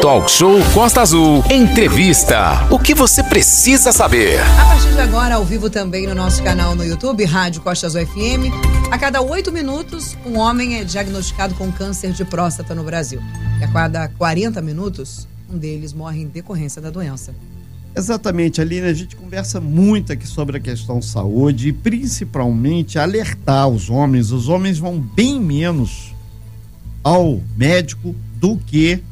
Talk Show Costa Azul. Entrevista. O que você precisa saber? A partir de agora, ao vivo também no nosso canal no YouTube, Rádio Costa Azul FM. A cada 8 minutos, um homem é diagnosticado com câncer de próstata no Brasil. E a cada 40 minutos, um deles morre em decorrência da doença. Exatamente, Aline, a gente conversa muito aqui sobre a questão saúde e principalmente alertar os homens. Os homens vão bem menos ao médico do que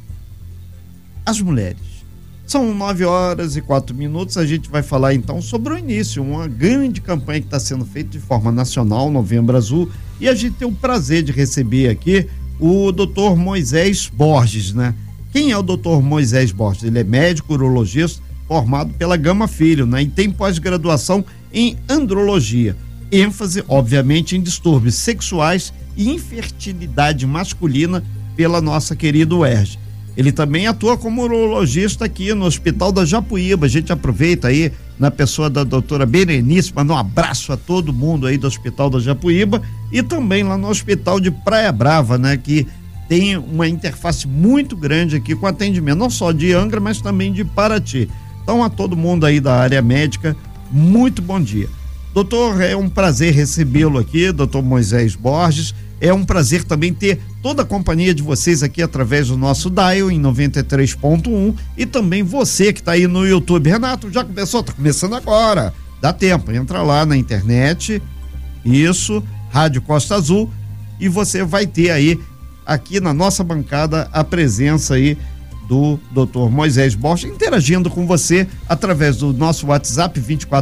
as mulheres. São 9h04, a gente vai falar então sobre o início, uma grande campanha que está sendo feita de forma nacional, Novembro Azul, e a gente tem o prazer de receber aqui o Dr. Moisés Borges, né? Quem é o Dr. Moisés Borges? Ele é médico urologista formado pela Gama Filho, né? E tem pós-graduação em andrologia, ênfase, obviamente, em distúrbios sexuais e infertilidade masculina pela nossa querida UERJ. Ele também atua como urologista aqui no Hospital da Japuíba. A gente aproveita aí na pessoa da doutora Berenice, manda um abraço a todo mundo aí do Hospital da Japuíba e também lá no Hospital de Praia Brava, né? Que tem uma interface muito grande aqui com atendimento, não só de Angra, mas também de Paraty. Então, a todo mundo aí da área médica, muito bom dia. Doutor, é um prazer recebê-lo aqui, doutor Moisés Borges. É um prazer também ter toda a companhia de vocês aqui através do nosso dial em 93.1 e também você que está aí no YouTube. Renato, já começou? Está começando agora. Dá tempo, entra lá na internet, isso, Rádio Costa Azul, e você vai ter aí, aqui na nossa bancada, a presença aí do Dr. Moisés Borges, interagindo com você através do nosso WhatsApp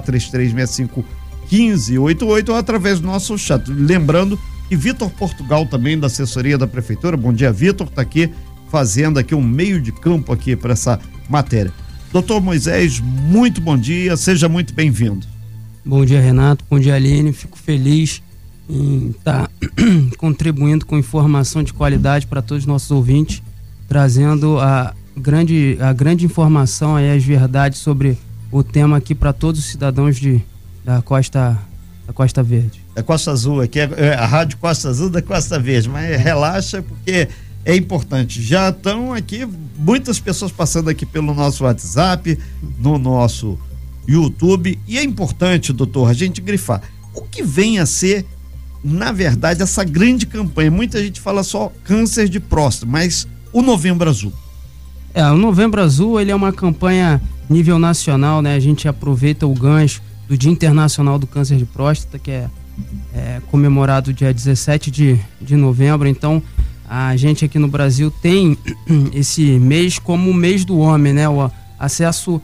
2433651588 ou através do nosso chat. Lembrando que Vitor Portugal, também da assessoria da prefeitura, bom dia, Vitor, está aqui fazendo aqui um meio de campo aqui para essa matéria. Doutor Moisés, muito bom dia, seja muito bem-vindo. Bom dia, Renato, bom dia, Aline, fico feliz em estar contribuindo com informação de qualidade para todos os nossos ouvintes, trazendo a grande informação e as verdades sobre o tema aqui para todos os cidadãos da Costa Verde. É Costa Azul, aqui é a Rádio Costa Azul da Costa Verde, mas relaxa porque é importante. Já estão aqui muitas pessoas passando aqui pelo nosso WhatsApp, no nosso YouTube, e é importante, doutor, a gente grifar o que vem a ser, na verdade, essa grande campanha. Muita gente fala só câncer de próstata, mas o Novembro Azul. O Novembro Azul, ele é uma campanha nível nacional, né? A gente aproveita o gancho do Dia Internacional do Câncer de Próstata, que é comemorado dia 17 de novembro. Então, a gente aqui no Brasil tem esse mês como o mês do homem, né? O acesso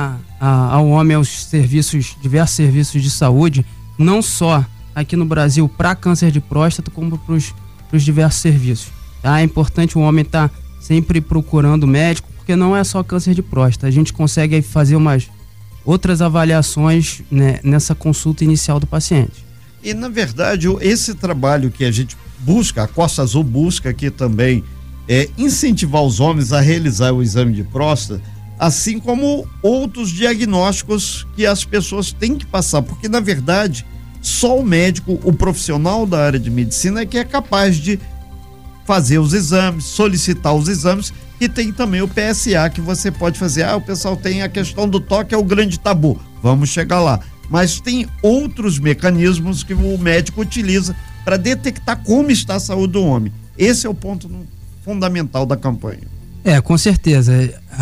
ao homem aos diversos serviços de saúde, não só aqui no Brasil para câncer de próstata, como para os diversos serviços. Tá? É importante o homem estar sempre procurando médico, porque não é só câncer de próstata. A gente consegue aí fazer umas outras avaliações, né, nessa consulta inicial do paciente. E, na verdade, esse trabalho que a gente busca, a Costa Azul busca aqui também, incentivar os homens a realizar o exame de próstata, assim como outros diagnósticos que as pessoas têm que passar, porque, na verdade, só o médico, o profissional da área de medicina é que é capaz de fazer os exames, solicitar os exames, e tem também o PSA que você pode fazer. O pessoal tem a questão do toque, é o grande tabu, vamos chegar lá. Mas tem outros mecanismos que o médico utiliza para detectar como está a saúde do homem. Esse é o ponto fundamental da campanha. Com certeza.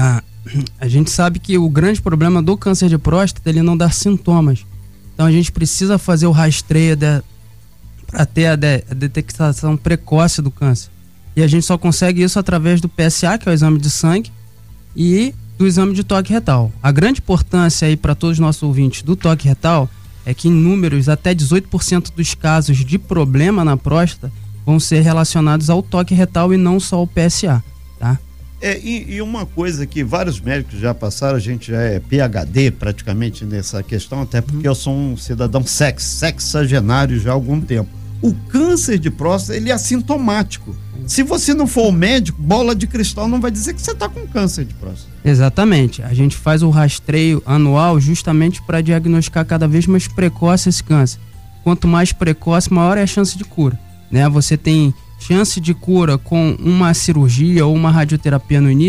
A gente sabe que o grande problema do câncer de próstata, ele não dá sintomas. Então a gente precisa fazer o rastreio para ter a detectação precoce do câncer. E a gente só consegue isso através do PSA, que é o exame de sangue, e do exame de toque retal. A grande importância aí para todos os nossos ouvintes do toque retal é que, em números, até 18% dos casos de problema na próstata vão ser relacionados ao toque retal e não só ao PSA, tá? E uma coisa que vários médicos já passaram, a gente já é PhD praticamente nessa questão, até porque eu sou um cidadão sexagenário já há algum tempo. O câncer de próstata, ele é assintomático. Se você não for o médico, bola de cristal não vai dizer que você está com câncer de próstata. Exatamente. A gente faz o rastreio anual justamente para diagnosticar cada vez mais precoce esse câncer. Quanto mais precoce, maior é a chance de cura, né? Você tem chance de cura com uma cirurgia ou uma radioterapia no início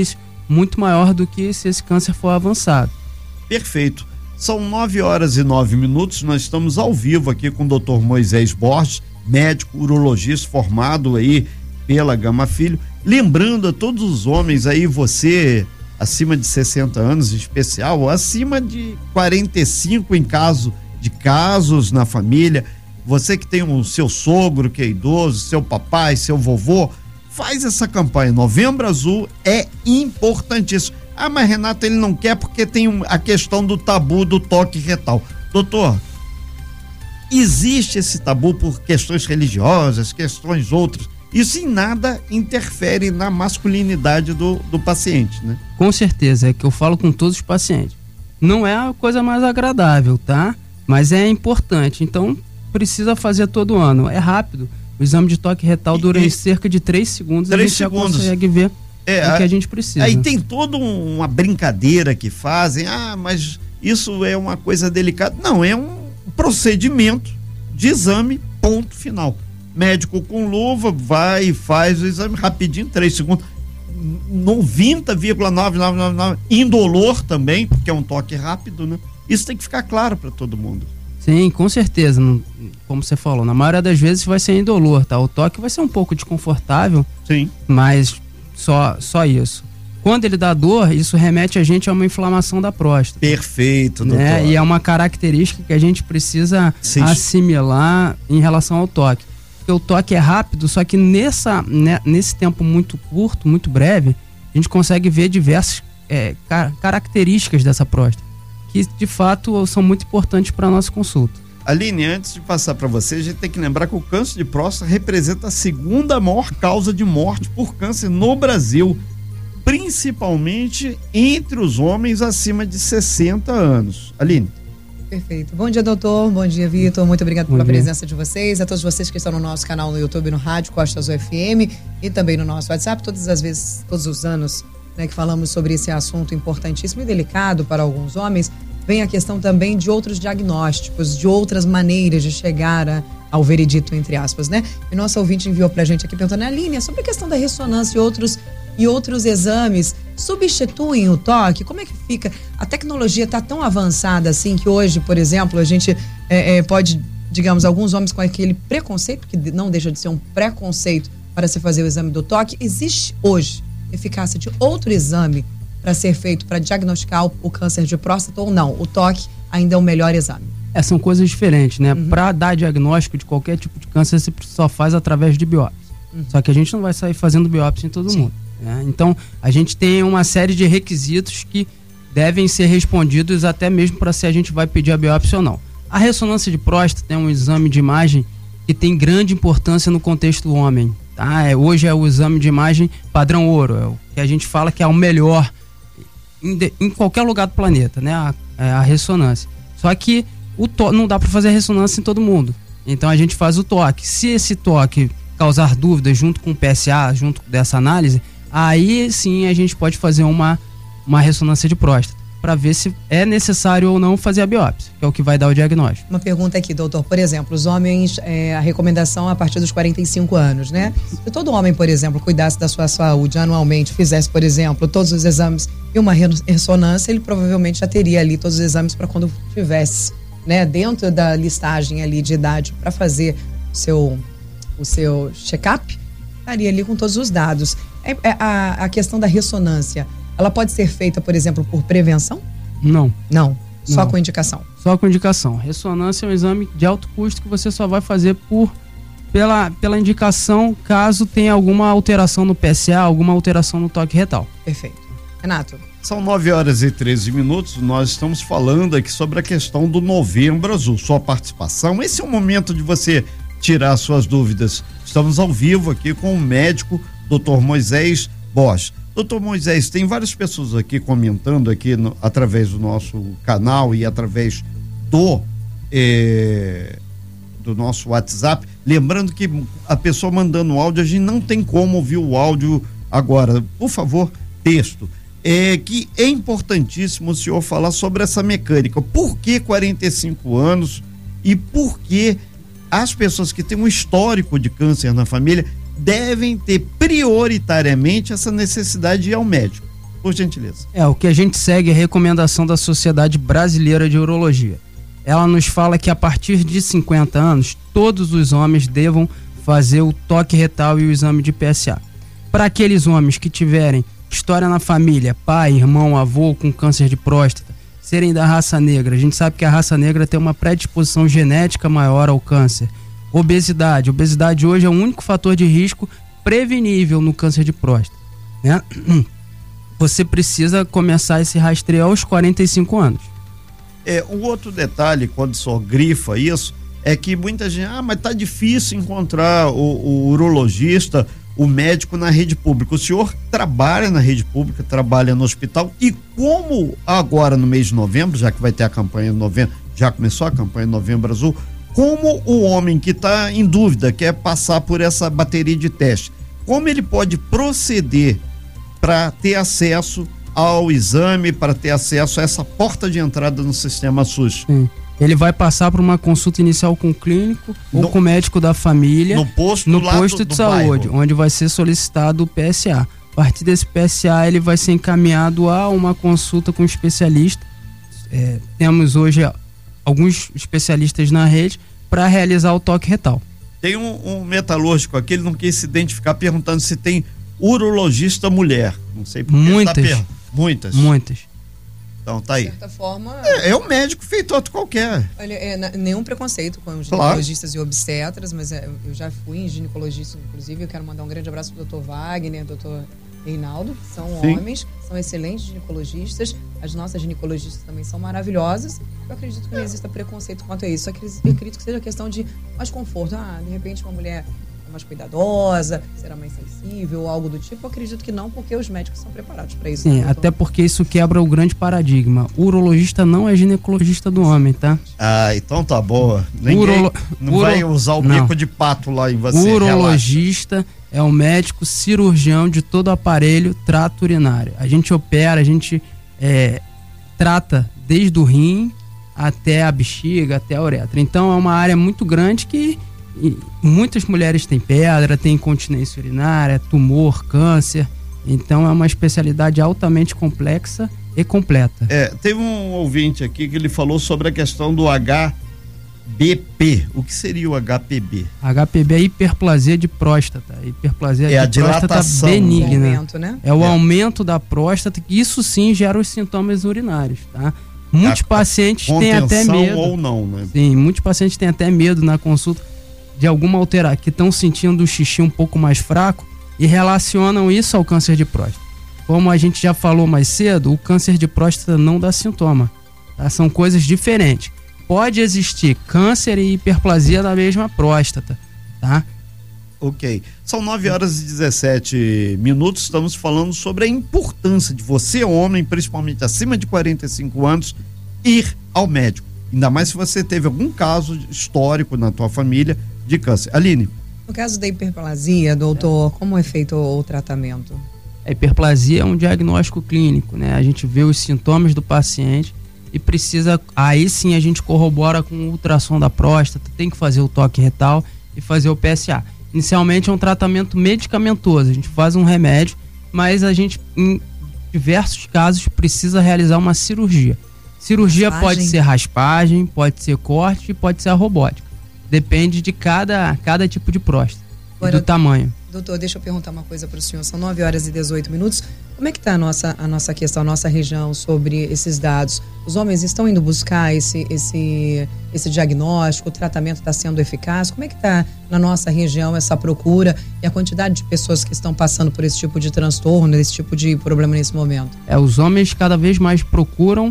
muito maior do que se esse câncer for avançado. Perfeito. São 9h09. Nós estamos ao vivo aqui com o Dr. Moisés Borges, médico urologista formado aí pela Gama Filho. Lembrando a todos os homens aí, você acima de 60 anos em especial, acima de 45 em caso de casos na família, você que tem o seu sogro que é idoso, seu papai, seu vovô, faz essa campanha. Novembro Azul é importantíssimo. Ah, mas Renato, ele não quer porque tem a questão do tabu do toque retal. Doutor, existe esse tabu por questões religiosas, questões outras. Isso em nada interfere na masculinidade do paciente, né? Com certeza, é que eu falo com todos os pacientes. Não é a coisa mais agradável, tá? Mas é importante, então precisa fazer todo ano. É rápido. O exame de toque retal dura em cerca de 3 segundos. 3 a gente segundos. já consegue ver o que a gente precisa. Aí tem toda uma brincadeira que fazem. Ah, mas isso é uma coisa delicada. Não, é um procedimento de exame, ponto final. Médico com luva vai e faz o exame rapidinho, 3 segundos. 90,9999 indolor também, porque é um toque rápido, né? Isso tem que ficar claro para todo mundo. Sim, com certeza. Como você falou, na maioria das vezes vai ser indolor, tá? O toque vai ser um pouco desconfortável, sim, mas só isso. Quando ele dá dor, isso remete a gente a uma inflamação da próstata. Perfeito, doutor. Né? E é uma característica que a gente precisa assimilar em relação ao toque. Porque o toque é rápido, só que nesse tempo muito curto, muito breve, a gente consegue ver diversas características dessa próstata, que de fato são muito importantes para a nossa consulta. Aline, antes de passar para você, a gente tem que lembrar que o câncer de próstata representa a segunda maior causa de morte por câncer no Brasil, principalmente entre os homens acima de 60 anos. Aline. Perfeito. Bom dia, doutor. Bom dia, Vitor. Muito obrigado pela presença de vocês. A todos vocês que estão no nosso canal no YouTube, no Rádio Costa Azul FM e também no nosso WhatsApp. Todas as vezes, todos os anos, né, que falamos sobre esse assunto importantíssimo e delicado para alguns homens, vem a questão também de outros diagnósticos, de outras maneiras de chegar ao veredito, entre aspas, né? E nosso ouvinte enviou pra gente aqui perguntando, Aline, sobre a questão da ressonância e outros exames substituem o toque? Como é que fica? A tecnologia está tão avançada assim que hoje, por exemplo, a gente pode, digamos, alguns homens com aquele preconceito, que não deixa de ser um preconceito para se fazer o exame do toque, existe hoje eficácia de outro exame para ser feito para diagnosticar o câncer de próstata ou não? O toque ainda é o melhor exame? São coisas diferentes, né? Para dar diagnóstico de qualquer tipo de câncer, você só faz através de biópsia. Só que a gente não vai sair fazendo biópsia em todo mundo. Então, a gente tem uma série de requisitos que devem ser respondidos até mesmo para se a gente vai pedir a biópsia ou não. A ressonância de próstata é um exame de imagem que tem grande importância no contexto do homem, tá? Hoje é o exame de imagem padrão ouro, é o que a gente fala que é o melhor em qualquer lugar do planeta, né? A ressonância. Só que não dá para fazer a ressonância em todo mundo. Então a gente faz o toque. Se esse toque causar dúvidas junto com o PSA, junto dessa análise, aí sim a gente pode fazer uma ressonância de próstata para ver se é necessário ou não fazer a biópsia, que é o que vai dar o diagnóstico. Uma pergunta aqui, doutor. Por exemplo, os homens, a recomendação a partir dos 45 anos, né? Se todo homem, por exemplo, cuidasse da sua saúde anualmente, fizesse, por exemplo, todos os exames e uma ressonância, ele provavelmente já teria ali todos os exames para quando tivesse, né, dentro da listagem ali de idade para fazer o seu check-up, estaria ali com todos os dados. A questão da ressonância, ela pode ser feita, por exemplo, por prevenção? Não. Só com indicação? Só com indicação. Ressonância é um exame de alto custo que você só vai fazer pela indicação caso tenha alguma alteração no PSA, alguma alteração no toque retal. Perfeito. Renato. São 9h13. Nós estamos falando aqui sobre a questão do Novembro Azul. Sua participação, esse é o momento de você tirar suas dúvidas. Estamos ao vivo aqui com o médico Dr. Moisés Borges. Doutor Moisés, tem várias pessoas aqui comentando aqui através do nosso canal e através do nosso WhatsApp. Lembrando que a pessoa mandando áudio, a gente não tem como ouvir o áudio agora. Por favor, texto. Que é importantíssimo o senhor falar sobre essa mecânica. Por que 45 anos e por que as pessoas que têm um histórico de câncer na família devem ter prioritariamente essa necessidade de ir ao médico? por gentileza. O que a gente segue é a recomendação da Sociedade Brasileira de Urologia. Ela nos fala que a partir de 50 anos, todos os homens devam fazer o toque retal e o exame de PSA. Para aqueles homens que tiverem história na família, pai, irmão, avô com câncer de próstata, serem da raça negra, a gente sabe que a raça negra tem uma predisposição genética maior ao câncer. Obesidade hoje é o único fator de risco prevenível no câncer de próstata, né? Você precisa começar esse rastreio aos 45 anos. Um outro detalhe, quando só grifa isso, é que muita gente, mas tá difícil encontrar o urologista, o médico na rede pública. O senhor trabalha na rede pública, trabalha no hospital, e como agora no mês de novembro, já que vai ter a campanha de novembro, já começou a campanha Novembro Azul, como o homem que está em dúvida, quer passar por essa bateria de teste, como ele pode proceder para ter acesso ao exame, para ter acesso a essa porta de entrada no sistema SUS? Sim. Ele vai passar por uma consulta inicial com o clínico ou com o médico da família no posto de saúde, onde vai ser solicitado o PSA. A partir desse PSA, ele vai ser encaminhado a uma consulta com um especialista. Temos hoje alguns especialistas na rede para realizar o toque retal. Tem um metalúrgico aqui, ele não quis se identificar, perguntando se tem urologista mulher. Não sei por que. Muitas. Então tá aí. De certa forma. É um médico feito outro qualquer. Olha, nenhum preconceito com os ginecologistas e obstetras, mas eu já fui em ginecologista, inclusive. Eu quero mandar um grande abraço pro Dr. Wagner, Dr. Reinaldo, que são homens, são excelentes ginecologistas. As nossas ginecologistas também são maravilhosas. Eu acredito que não exista preconceito quanto a isso. Só que eu acredito que seja questão de mais conforto. De repente uma mulher é mais cuidadosa, será mais sensível ou algo do tipo. Eu acredito que não, porque os médicos são preparados para isso. Sim, até porque isso quebra o grande paradigma. O urologista não é ginecologista do homem, tá? Então tá boa. Ninguém não vai usar o bico de pato lá em você. O urologista é o médico cirurgião de todo o aparelho trato urinário. A gente opera, a gente trata desde o rim até a bexiga, até a uretra. Então é uma área muito grande que muitas mulheres têm pedra, têm incontinência urinária, tumor, câncer. Então é uma especialidade altamente complexa e completa. Teve um ouvinte aqui que ele falou sobre a questão do HPB. O que seria o HPB? HPB é hiperplasia de próstata. Hiperplasia de próstata benigna. Aumento, né? É o aumento da próstata, que isso sim gera os sintomas urinários, tá? Muitos pacientes têm até medo. Ou não, né? Sim, muitos pacientes têm até medo na consulta de alguma alteração, que estão sentindo o xixi um pouco mais fraco e relacionam isso ao câncer de próstata. Como a gente já falou mais cedo, o câncer de próstata não dá sintoma, tá? São coisas diferentes. Pode existir câncer e hiperplasia na mesma próstata, tá? Ok. São 9h17. Estamos falando sobre a importância de você, homem, principalmente acima de 45 anos, ir ao médico. Ainda mais se você teve algum caso histórico na tua família de câncer. Aline. No caso da hiperplasia, doutor, como é feito o tratamento? A hiperplasia é um diagnóstico clínico, né? A gente vê os sintomas do paciente e precisa, aí sim a gente corrobora com o ultrassom da próstata, tem que fazer o toque retal e fazer o PSA. Inicialmente é um tratamento medicamentoso, a gente faz um remédio, mas a gente em diversos casos precisa realizar uma cirurgia. Cirurgia pode ser raspagem, pode ser corte e pode ser a robótica. Depende de cada tipo de próstata e do tamanho. Doutor, deixa eu perguntar uma coisa para o senhor. São 9h18. Como é que está a nossa questão, a nossa região sobre esses dados? Os homens estão indo buscar esse diagnóstico? O tratamento está sendo eficaz? Como é que está na nossa região essa procura e a quantidade de pessoas que estão passando por esse tipo de transtorno, esse tipo de problema nesse momento? Os homens cada vez mais procuram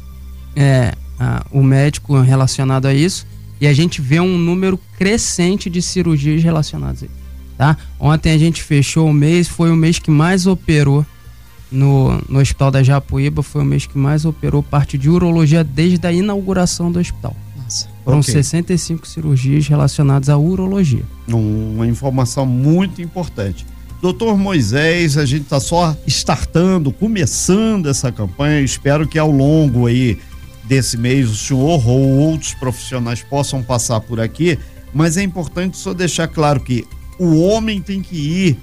o médico relacionado a isso, e a gente vê um número crescente de cirurgias relacionadas a isso, tá? Ontem a gente fechou o mês, foi o mês que mais operou no Hospital da Japuíba, foi o mês que mais operou parte de urologia desde a inauguração do hospital. Nossa. Foram 65 cirurgias relacionadas à urologia. Uma informação muito importante. Doutor Moisés, a gente está só começando essa campanha. Espero que ao longo aí desse mês o senhor ou outros profissionais possam passar por aqui, mas é importante só deixar claro que o homem tem que ir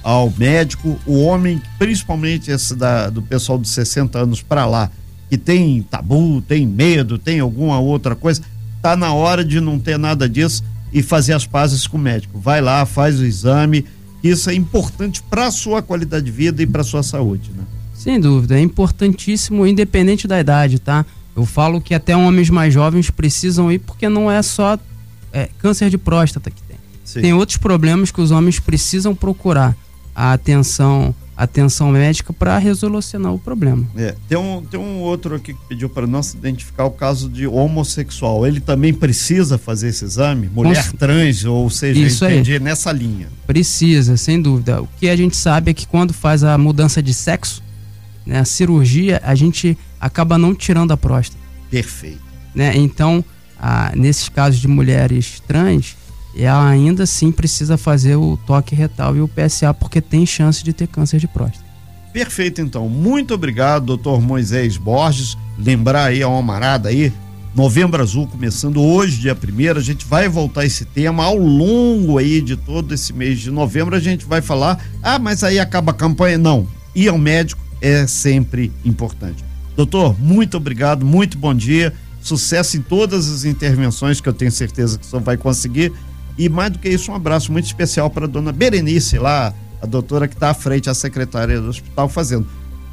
ao médico. O homem, principalmente esse do pessoal de 60 anos para lá, que tem tabu, tem medo, tem alguma outra coisa, tá na hora de não ter nada disso e fazer as pazes com o médico. Vai lá, faz o exame. Isso é importante para a sua qualidade de vida e para a sua saúde, né? Sem dúvida, é importantíssimo, independente da idade, tá? Eu falo que até homens mais jovens precisam ir, porque não é só câncer de próstata que tem. Sim. Tem outros problemas que os homens precisam procurar a atenção médica para resolucionar o problema. Tem um outro aqui que pediu para nós identificar o caso de homossexual. Ele também precisa fazer esse exame? Mulher trans, ou seja, isso entendi nessa linha. Precisa, sem dúvida. O que a gente sabe é que quando faz a mudança de sexo, né, a cirurgia, a gente acaba não tirando a próstata. Perfeito. Né? Então, nesses casos de mulheres trans, ela ainda assim precisa fazer o toque retal e o PSA, porque tem chance de ter câncer de próstata. Perfeito, então. Muito obrigado, doutor Moisés Borges. Lembrar aí a Almarada aí, Novembro Azul começando hoje, dia 1º, a gente vai voltar a esse tema ao longo aí de todo esse mês de novembro. A gente vai falar, mas aí acaba a campanha. Não, ir ao médico é sempre importante. Doutor, muito obrigado, muito bom dia, sucesso em todas as intervenções que eu tenho certeza que o senhor vai conseguir. E mais do que isso, um abraço muito especial para a dona Berenice lá, a doutora que está à frente, a secretária do hospital fazendo.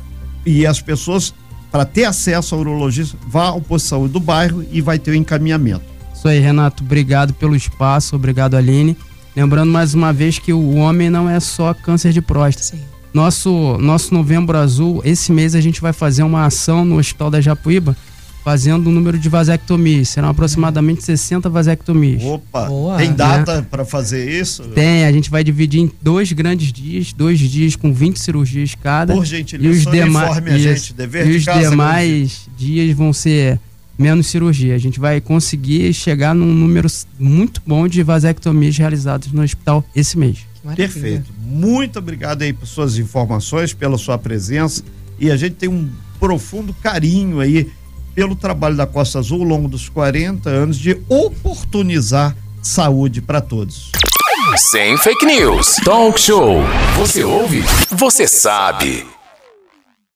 E as pessoas, para ter acesso ao urologista, vá ao posto de saúde do bairro e vai ter o encaminhamento. Isso aí, Renato, obrigado pelo espaço, obrigado, Aline. Lembrando mais uma vez que o homem não é só câncer de próstata. Sim. Nosso Novembro Azul, esse mês a gente vai fazer uma ação no Hospital da Japuíba, fazendo o número de vasectomias. Serão aproximadamente 60 vasectomias. Opa, boa. Tem data para fazer isso? Tem, a gente vai dividir em 2 grandes dias, 2 dias com 20 cirurgias cada. Por gentileza, informe a gente, dever de casa. E os demais dias vão ser menos cirurgia. A gente vai conseguir chegar num número muito bom de vasectomias realizadas no hospital esse mês. Perfeito. Muito obrigado aí por suas informações, pela sua presença, e a gente tem um profundo carinho aí pelo trabalho da Costa Azul ao longo dos 40 anos de oportunizar saúde para todos. Sem fake news. Talk show. Você ouve? Você sabe.